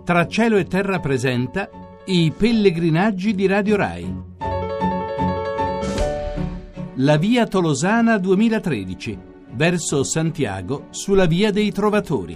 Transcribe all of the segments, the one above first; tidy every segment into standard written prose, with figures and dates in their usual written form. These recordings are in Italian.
Tra cielo e terra presenta i pellegrinaggi di Radio Rai. La via Tolosana 2013, verso Santiago sulla via dei Trovatori.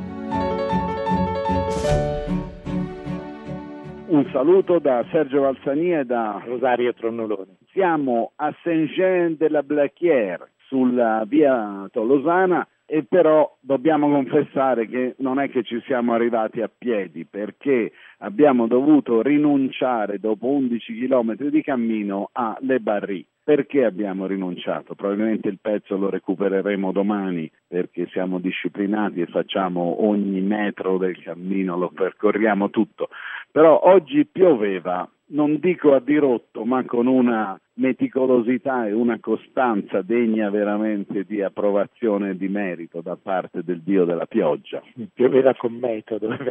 Un saluto da Sergio Valsania e da Rosario Tronnolone. Siamo a Saint-Jean-de-la-Blaquière, sulla via Tolosana, e però dobbiamo confessare che non è che ci siamo arrivati a piedi, perché abbiamo dovuto rinunciare dopo 11 chilometri di cammino a Le Barry. Perché abbiamo rinunciato? Probabilmente il pezzo lo recupereremo domani, perché siamo disciplinati e facciamo ogni metro del cammino, lo percorriamo tutto. Però oggi pioveva, non dico a dirotto, ma con una meticolosità e una costanza degna veramente di approvazione e di merito da parte del Dio della pioggia. Pioveva con metodo, è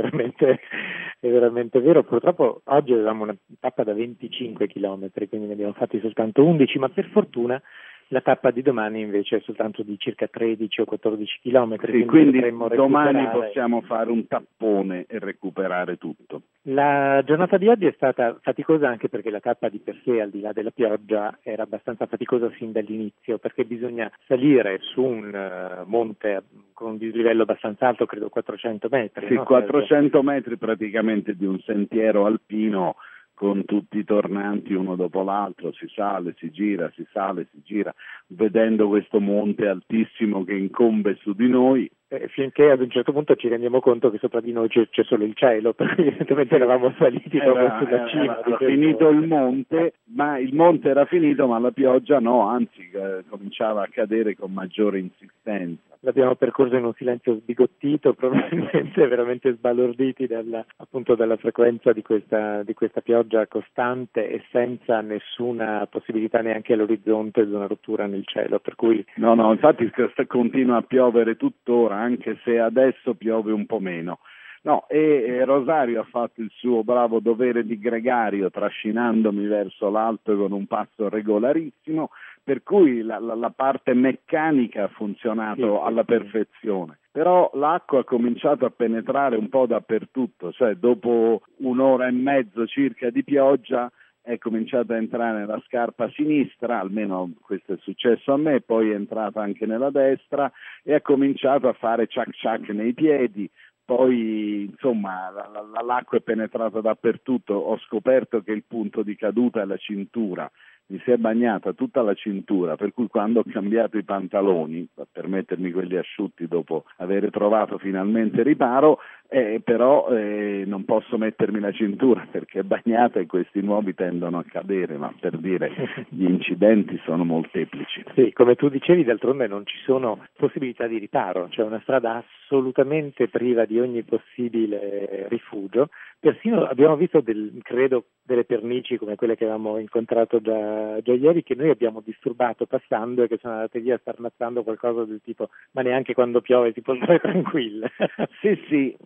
veramente vero. Purtroppo oggi avevamo una tappa da 25 chilometri, quindi ne abbiamo fatti soltanto 11, ma per fortuna la tappa di domani invece è soltanto di circa 13 o 14 chilometri. Sì, quindi domani possiamo fare un tappone e recuperare tutto. La giornata di oggi è stata faticosa anche perché la tappa di per sé, al di là della pioggia, era abbastanza faticosa sin dall'inizio, perché bisogna salire su un monte con un dislivello abbastanza alto, credo 400 metri. Sì, no? 400 metri praticamente di un sentiero alpino, con tutti i tornanti uno dopo l'altro, si sale, si gira, si sale, si gira, vedendo questo monte altissimo che incombe su di noi. Finché ad un certo punto ci rendiamo conto che sopra di noi c'è solo il cielo, perché evidentemente eravamo saliti proprio sulla cima. Era finito il monte, ma il monte era finito, ma la pioggia no, anzi cominciava a cadere con maggiore insistenza. L'abbiamo percorso in un silenzio sbigottito, probabilmente veramente sbalorditi dalla frequenza di questa pioggia costante e senza nessuna possibilità neanche all'orizzonte di una rottura nel cielo, per cui... No, infatti continua a piovere tuttora, anche se adesso piove un po' meno. No, e Rosario ha fatto il suo bravo dovere di gregario, trascinandomi verso l'alto con un passo regolarissimo, per cui la parte meccanica ha funzionato alla perfezione. Però l'acqua ha cominciato a penetrare un po' dappertutto, cioè dopo un'ora e mezzo circa di pioggia è cominciata a entrare nella scarpa sinistra, almeno questo è successo a me, poi è entrata anche nella destra e ha cominciato a fare ciac ciac nei piedi. Poi insomma l'acqua è penetrata dappertutto, ho scoperto che il punto di caduta è la cintura, mi si è bagnata tutta la cintura, per cui quando ho cambiato i pantaloni, per mettermi quelli asciutti dopo aver trovato finalmente riparo, però non posso mettermi la cintura perché è bagnata e questi nuovi tendono a cadere, ma per dire gli incidenti sono molteplici. Sì, come tu dicevi, d'altronde non ci sono possibilità di riparo, c'è una strada assolutamente priva di ogni possibile rifugio. Persino abbiamo visto credo delle pernici come quelle che avevamo incontrato già ieri, che noi abbiamo disturbato passando e che sono andate via starnazzando qualcosa del tipo ma neanche quando piove si può stare tranquille. Sì,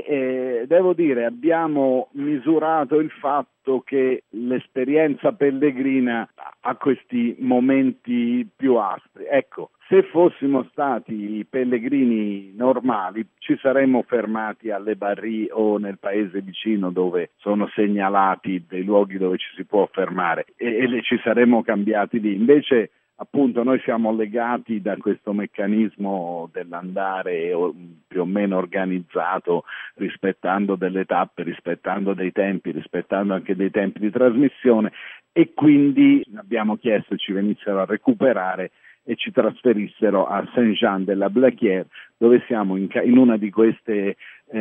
e devo dire abbiamo misurato il fatto che l'esperienza pellegrina ha questi momenti più aspri. Ecco, se fossimo stati pellegrini normali ci saremmo fermati alle Barry o nel paese vicino dove sono segnalati dei luoghi dove ci si può fermare e ci saremmo cambiati lì. Invece appunto noi siamo legati da questo meccanismo dell'andare più o meno organizzato, rispettando delle tappe, rispettando dei tempi, rispettando anche dei tempi di trasmissione, e quindi abbiamo chiesto ci venissero a recuperare e ci trasferissero a Saint-Jean-de-la-Blaquière, dove siamo in una di questi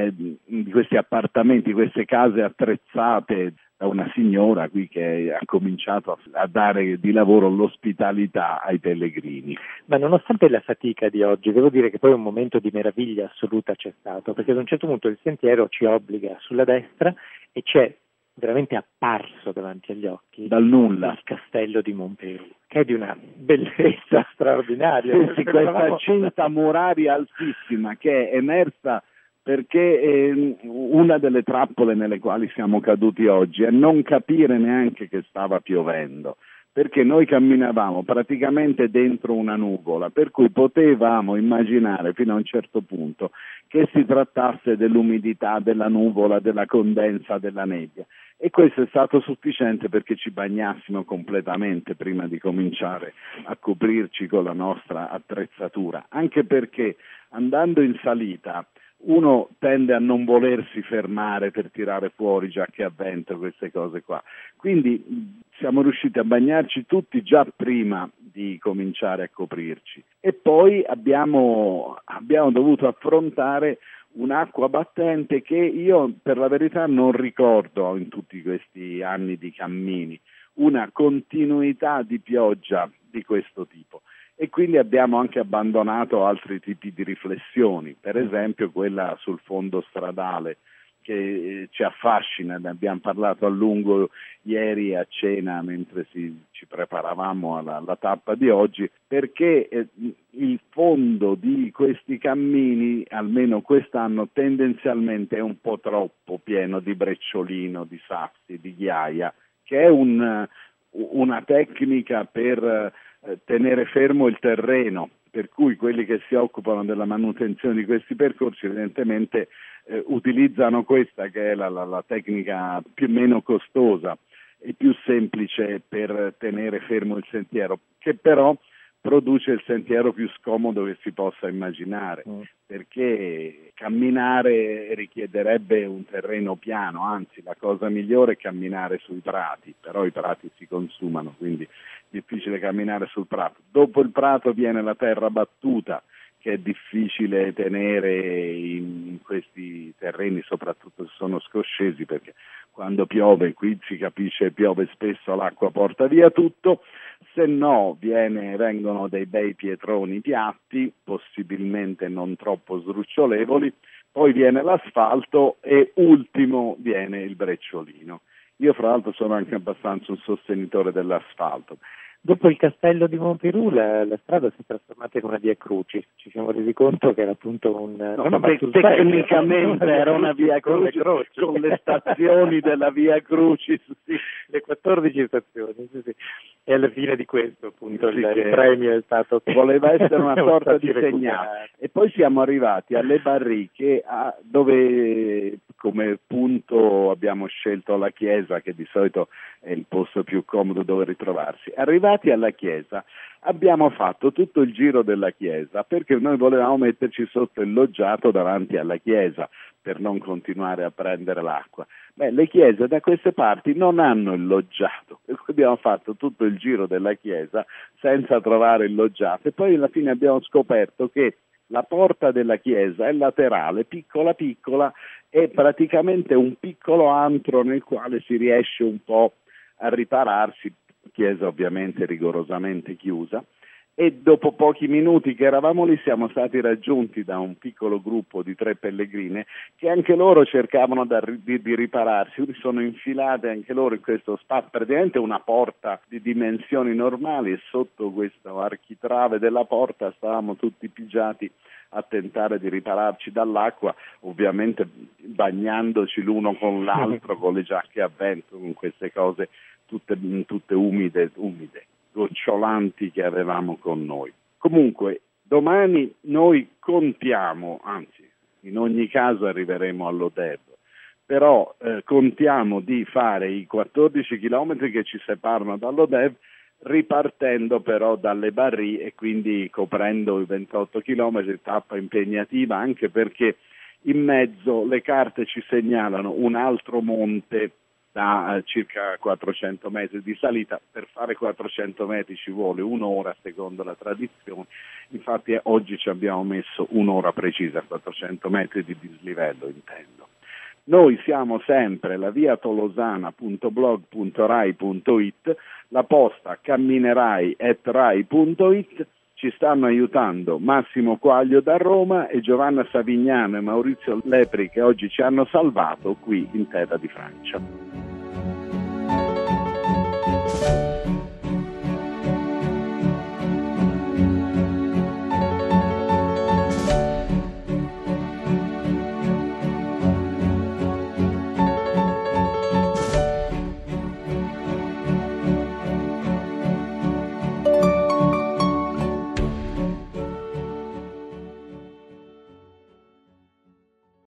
appartamenti, queste case attrezzate da una signora qui che ha cominciato a dare di lavoro l'ospitalità ai pellegrini. Ma nonostante la fatica di oggi, devo dire che poi un momento di meraviglia assoluta c'è stato, perché ad un certo punto il sentiero ci obbliga sulla destra e c'è veramente apparso davanti agli occhi dal nulla il castello di Montpellier, che è di una bellezza straordinaria. Sì, questa cinta muraria altissima che è emersa perché una delle trappole nelle quali siamo caduti oggi è non capire neanche che stava piovendo, perché noi camminavamo praticamente dentro una nuvola, per cui potevamo immaginare fino a un certo punto che si trattasse dell'umidità della nuvola, della condensa, della nebbia. E questo è stato sufficiente perché ci bagnassimo completamente prima di cominciare a coprirci con la nostra attrezzatura, anche perché andando in salita uno tende a non volersi fermare per tirare fuori giacche a vento, queste cose qua. Quindi siamo riusciti a bagnarci tutti già prima di cominciare a coprirci e poi abbiamo dovuto affrontare un'acqua battente che io per la verità non ricordo in tutti questi anni di cammini, una continuità di pioggia di questo tipo. E quindi abbiamo anche abbandonato altri tipi di riflessioni, per esempio quella sul fondo stradale che ci affascina, ne abbiamo parlato a lungo ieri a cena mentre ci preparavamo alla tappa di oggi, perché il fondo di questi cammini, almeno quest'anno, tendenzialmente è un po' troppo pieno di brecciolino, di sassi, di ghiaia, che è una tecnica per tenere fermo il terreno, per cui quelli che si occupano della manutenzione di questi percorsi evidentemente utilizzano questa che è la tecnica più meno costosa e più semplice per tenere fermo il sentiero, che però produce il sentiero più scomodo che si possa immaginare, perché camminare richiederebbe un terreno piano, anzi la cosa migliore è camminare sui prati, però i prati si consumano, quindi è difficile camminare sul prato. Dopo il prato viene la terra battuta, che è difficile tenere in questi terreni, soprattutto se sono scoscesi, perché quando piove, qui si capisce piove spesso, l'acqua porta via tutto, se no vengono dei bei pietroni piatti, possibilmente non troppo sdrucciolevoli, poi viene l'asfalto e ultimo viene il brecciolino. Io fra l'altro sono anche abbastanza un sostenitore dell'asfalto. Dopo il castello di Monpirù la strada si è trasformata in una via Crucis, ci siamo resi conto che era appunto tecnicamente era una via Crucis con le stazioni della via Crucis, sì. Le 14 stazioni, sì. E alla fine di questo appunto il premio è stato che voleva essere una sorta di segnale. E poi siamo arrivati alle Barriche dove come punto abbiamo scelto la chiesa, che di solito è il posto più comodo dove ritrovarsi. Arrivati alla chiesa abbiamo fatto tutto il giro della chiesa perché noi volevamo metterci sotto il loggiato davanti alla chiesa per non continuare a prendere l'acqua. Le chiese da queste parti non hanno il loggiato, per cui abbiamo fatto tutto il giro della chiesa senza trovare il loggiato e poi alla fine abbiamo scoperto che la porta della chiesa è laterale, piccola piccola, è praticamente un piccolo antro nel quale si riesce un po' a ripararsi, chiesa ovviamente rigorosamente chiusa, e dopo pochi minuti che eravamo lì siamo stati raggiunti da un piccolo gruppo di 3 pellegrine che anche loro cercavano di ripararsi, sono infilate anche loro in questo spazio, praticamente una porta di dimensioni normali e sotto questo architrave della porta stavamo tutti pigiati a tentare di ripararci dall'acqua, ovviamente bagnandoci l'uno con l'altro con le giacche a vento, con queste cose tutte umide, gocciolanti che avevamo con noi. Comunque, domani noi contiamo, anzi, in ogni caso arriveremo all'Odève, però contiamo di fare i 14 chilometri che ci separano dall'Odève, ripartendo però dalle Barriques e quindi coprendo i 28 chilometri, tappa impegnativa, anche perché in mezzo le carte ci segnalano un altro monte da circa 400 metri di salita. Per fare 400 metri ci vuole un'ora secondo la tradizione, infatti oggi ci abbiamo messo un'ora precisa, 400 metri di dislivello intendo. Noi siamo sempre la viatolosana.blog.rai.it, la posta camminerai@rai.it. Ci stanno aiutando Massimo Quaglio da Roma e Giovanna Savignano e Maurizio Lepri che oggi ci hanno salvato qui in terra di Francia.